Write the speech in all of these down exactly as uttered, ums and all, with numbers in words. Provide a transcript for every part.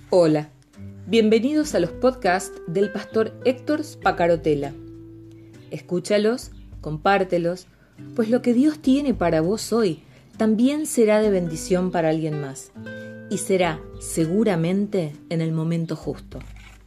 Hola, bienvenidos a los podcasts del pastor Héctor Spacarotela. Escúchalos, compártelos, pues lo que Dios tiene para vos hoy también será de bendición para alguien más, y será seguramente en el momento justo.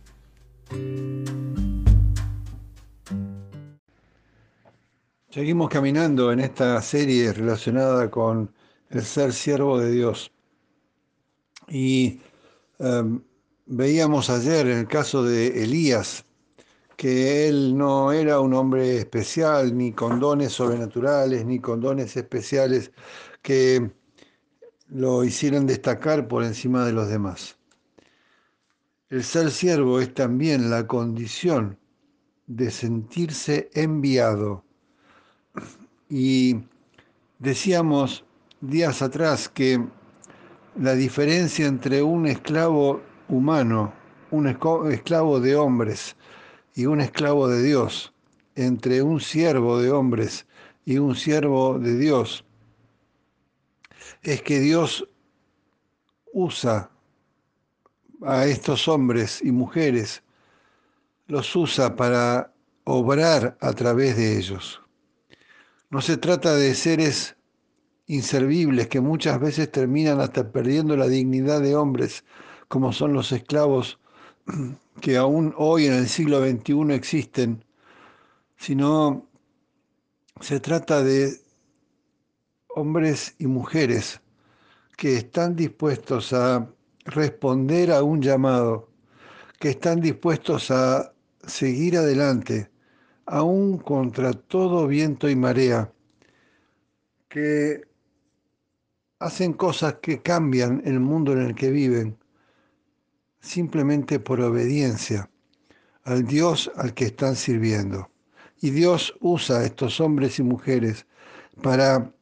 Seguimos caminando en esta serie relacionada con el ser siervo de Dios. Y um, veíamos ayer en el caso de Elías, que él no era un hombre especial, ni con dones sobrenaturales, ni con dones especiales que lo hicieran destacar por encima de los demás. El ser siervo es también la condición de sentirse enviado. Y decíamos días atrás que la diferencia entre un esclavo humano, un esclavo de hombres y un esclavo de Dios, entre un siervo de hombres y un siervo de Dios, es que Dios usa a estos hombres y mujeres, los usa para obrar a través de ellos. No se trata de seres inservibles que muchas veces terminan hasta perdiendo la dignidad de hombres, como son los esclavos que aún hoy en el siglo veintiuno existen, sino se trata de hombres y mujeres que están dispuestos a responder a un llamado, que están dispuestos a seguir adelante, aún contra todo viento y marea, que hacen cosas que cambian el mundo en el que viven, simplemente por obediencia al Dios al que están sirviendo. Y Dios usa a estos hombres y mujeres para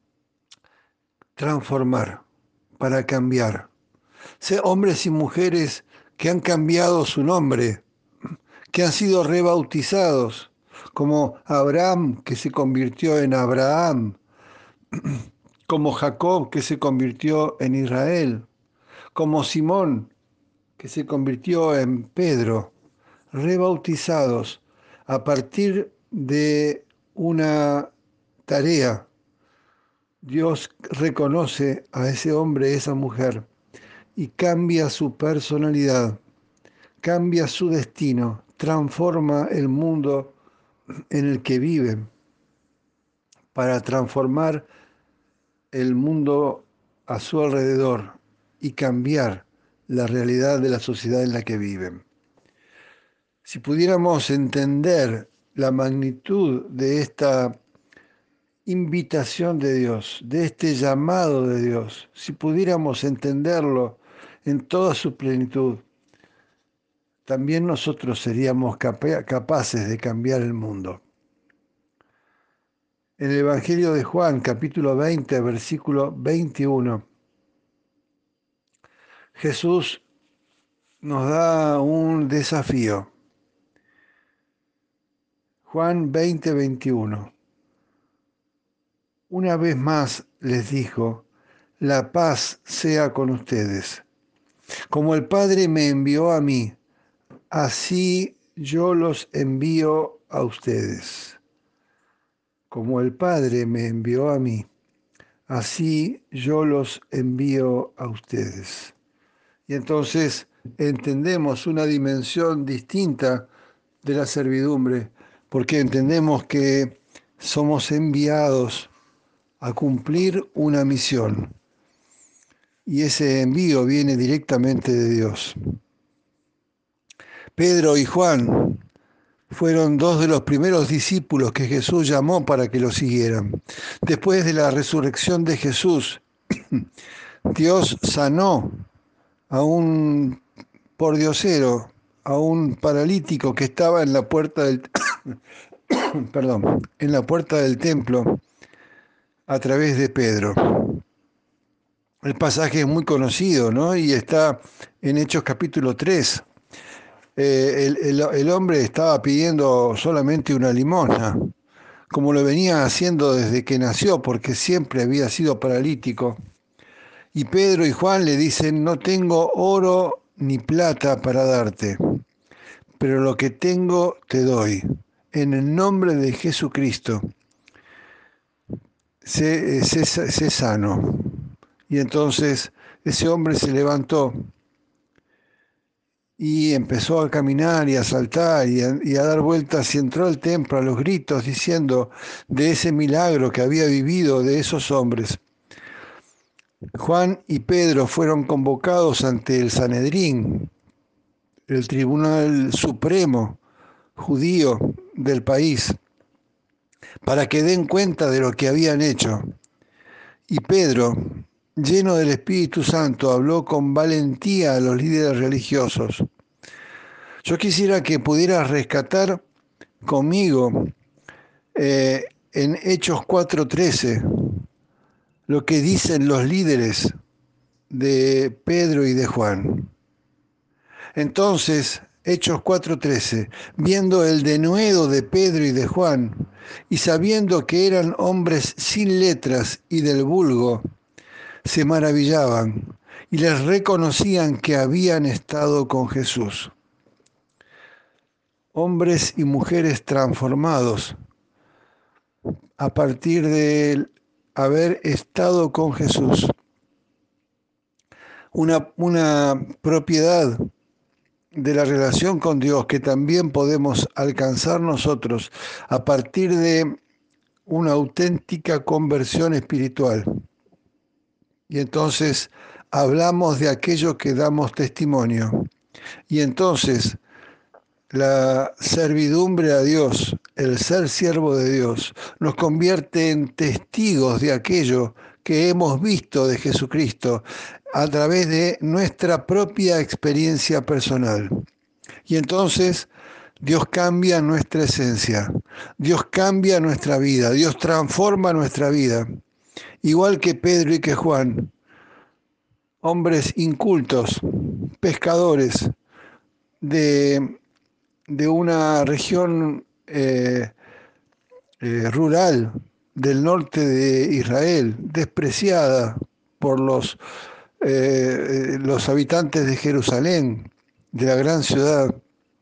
transformar, para cambiar. Sé hombres y mujeres que han cambiado su nombre, que han sido rebautizados, como Abraham, que se convirtió en Abraham, como Jacob, que se convirtió en Israel, como Simón, que se convirtió en Pedro, rebautizados a partir de una tarea. Dios reconoce a ese hombre, esa mujer, y cambia su personalidad, cambia su destino, transforma el mundo en el que viven para transformar el mundo a su alrededor y cambiar la realidad de la sociedad en la que viven. Si pudiéramos entender la magnitud de esta invitación de Dios, de este llamado de Dios, si pudiéramos entenderlo en toda su plenitud, también nosotros seríamos capa- capaces de cambiar el mundo. En el Evangelio de Juan, capítulo veinte, versículo veintiuno, Jesús nos da un desafío. Juan veinte, veintiuno. Una vez más les dijo, la paz sea con ustedes. Como el Padre me envió a mí, así yo los envío a ustedes. Como el Padre me envió a mí, así yo los envío a ustedes. Y entonces entendemos una dimensión distinta de la servidumbre, porque entendemos que somos enviados a cumplir una misión. Y ese envío viene directamente de Dios. Pedro y Juan fueron dos de los primeros discípulos que Jesús llamó para que lo siguieran. Después de la resurrección de Jesús, Dios sanó a un pordiosero, a un paralítico que estaba en la puerta del perdón, en la puerta del templo a través de Pedro. El pasaje es muy conocido, ¿no? Y está en Hechos capítulo tres. Eh, el, el, el hombre estaba pidiendo solamente una limosna, como lo venía haciendo desde que nació, porque siempre había sido paralítico. Y Pedro y Juan le dicen, no tengo oro ni plata para darte, pero lo que tengo te doy. En el nombre de Jesucristo, sé, sé, sé sano. Y entonces ese hombre se levantó y empezó a caminar y a saltar y a, y a dar vueltas y entró al templo a los gritos diciendo de ese milagro que había vivido de esos hombres. Juan y Pedro fueron convocados ante el Sanedrín, el Tribunal Supremo judío del país, para que den cuenta de lo que habían hecho. Y Pedro, lleno del Espíritu Santo, habló con valentía a los líderes religiosos. Yo quisiera que pudieras rescatar conmigo eh, en Hechos cuatro trece lo que dicen los líderes de Pedro y de Juan. Entonces, Hechos cuatro trece, viendo el denuedo de Pedro y de Juan, y sabiendo que eran hombres sin letras y del vulgo, se maravillaban y les reconocían que habían estado con Jesús. Hombres y mujeres transformados a partir de haber estado con Jesús. Una, una propiedad de la relación con Dios que también podemos alcanzar nosotros a partir de una auténtica conversión espiritual. Y entonces hablamos de aquello que damos testimonio. Y entonces la servidumbre a Dios, el ser siervo de Dios, nos convierte en testigos de aquello que hemos visto de Jesucristo a través de nuestra propia experiencia personal. Y entonces Dios cambia nuestra esencia, Dios cambia nuestra vida, Dios transforma nuestra vida. Igual que Pedro y que Juan, hombres incultos, pescadores de, de una región eh, eh, rural del norte de Israel, despreciada por los, eh, los habitantes de Jerusalén, de la gran ciudad.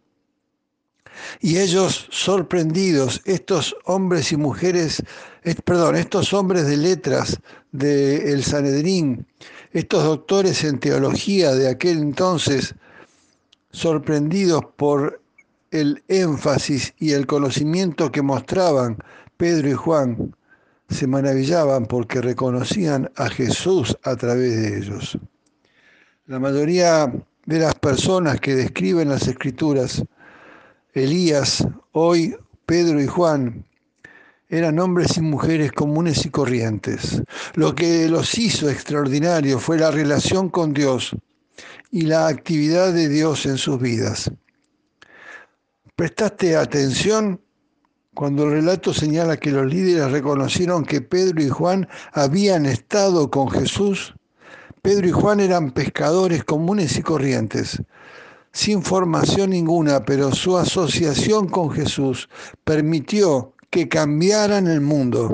Y ellos sorprendidos, estos hombres y mujeres, eh, perdón, estos hombres de letras del Sanedrín, estos doctores en teología de aquel entonces, sorprendidos por el énfasis y el conocimiento que mostraban Pedro y Juan, se maravillaban porque reconocían a Jesús a través de ellos. La mayoría de las personas que describen las Escrituras, Elías, hoy Pedro y Juan, eran hombres y mujeres comunes y corrientes. Lo que los hizo extraordinarios fue la relación con Dios y la actividad de Dios en sus vidas. ¿Prestaste atención cuando el relato señala que los líderes reconocieron que Pedro y Juan habían estado con Jesús? Pedro y Juan eran pescadores comunes y corrientes, sin formación ninguna, pero su asociación con Jesús permitió que cambiaran el mundo.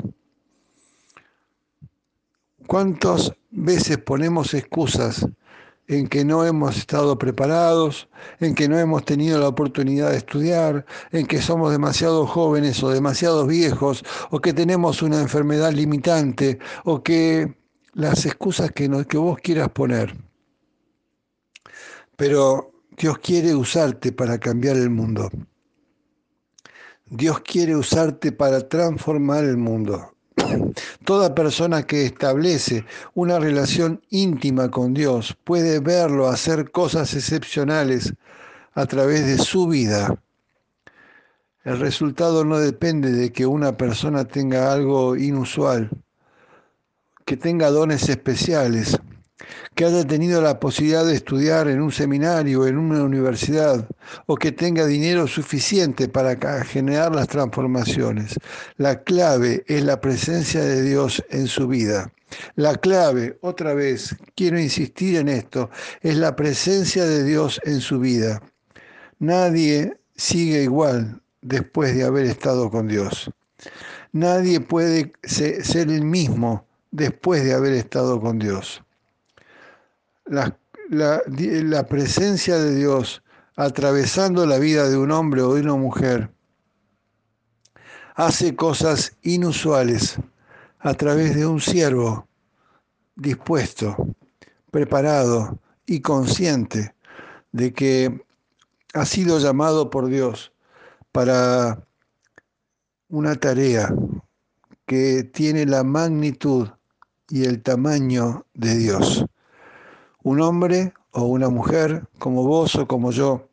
¿Cuántas veces ponemos excusas en que no hemos estado preparados, en que no hemos tenido la oportunidad de estudiar, en que somos demasiado jóvenes o demasiado viejos, o que tenemos una enfermedad limitante, o que las excusas que, no, que vos quieras poner? Pero Dios quiere usarte para cambiar el mundo. Dios quiere usarte para transformar el mundo. Toda persona que establece una relación íntima con Dios puede verlo hacer cosas excepcionales a través de su vida. El resultado no depende de que una persona tenga algo inusual, que tenga dones especiales, que haya tenido la posibilidad de estudiar en un seminario o en una universidad, o que tenga dinero suficiente para generar las transformaciones. La clave es la presencia de Dios en su vida. La clave, otra vez, quiero insistir en esto, es la presencia de Dios en su vida. Nadie sigue igual después de haber estado con Dios. Nadie puede ser el mismo después de haber estado con Dios. Las, la, la presencia de Dios atravesando la vida de un hombre o de una mujer, hace cosas inusuales a través de un siervo dispuesto, preparado y consciente de que ha sido llamado por Dios para una tarea que tiene la magnitud y el tamaño de Dios. Un hombre o una mujer, como vos o como yo,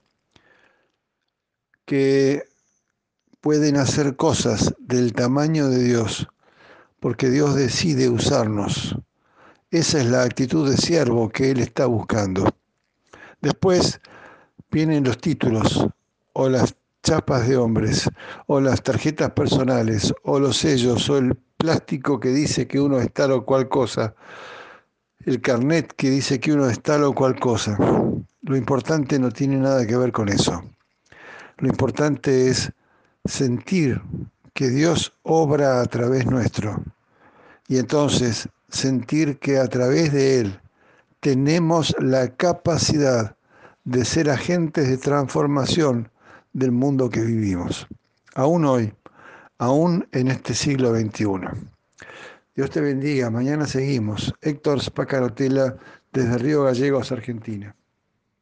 que pueden hacer cosas del tamaño de Dios, porque Dios decide usarnos. Esa es la actitud de siervo que Él está buscando. Después vienen los títulos, o las chapas de hombres, o las tarjetas personales, o los sellos, o el plástico que dice que uno es tal o cual cosa, el carnet que dice que uno es tal o cual cosa. Lo importante no tiene nada que ver con eso. Lo importante es sentir que Dios obra a través nuestro y entonces sentir que a través de Él tenemos la capacidad de ser agentes de transformación del mundo que vivimos, aún hoy, aún en este siglo veintiuno. Dios te bendiga, mañana seguimos. Héctor Spacarotela desde Río Gallegos, Argentina.